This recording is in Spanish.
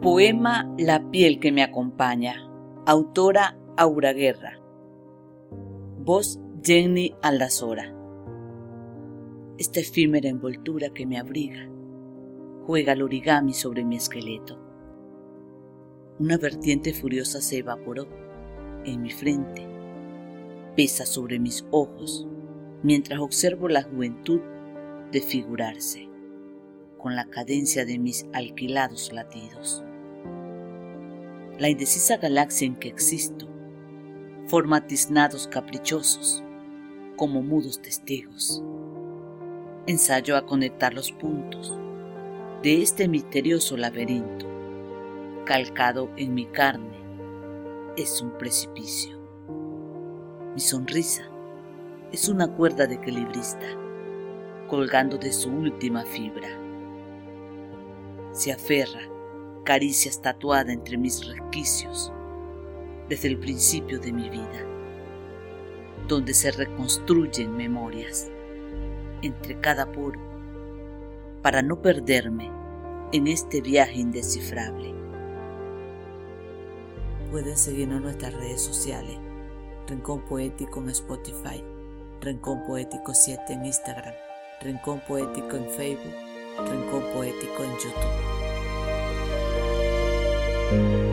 Poema La piel que me acompaña. Autora Aura Guerra. Voz Jenny Aldazora. Esta efímera envoltura que me abriga juega el origami sobre mi esqueleto. Una vertiente furiosa se evaporó en mi frente, pesa sobre mis ojos mientras observo la juventud desfigurarse con la cadencia de mis alquilados latidos. La indecisa galaxia en que existo forma tiznados caprichosos como mudos testigos. Ensayo a conectar los puntos de este misterioso laberinto. Calcado en mi carne es un precipicio. Mi sonrisa es una cuerda de equilibrista colgando de su última fibra. Se aferra caricias tatuada entre mis resquicios desde el principio de mi vida, donde se reconstruyen memorias entre cada poro para no perderme en este viaje indescifrable. Pueden seguirnos en nuestras redes sociales: Rincón Poético en Spotify, Rincón Poético 7 en Instagram, Rincón Poético en Facebook, Rincón Poético en YouTube.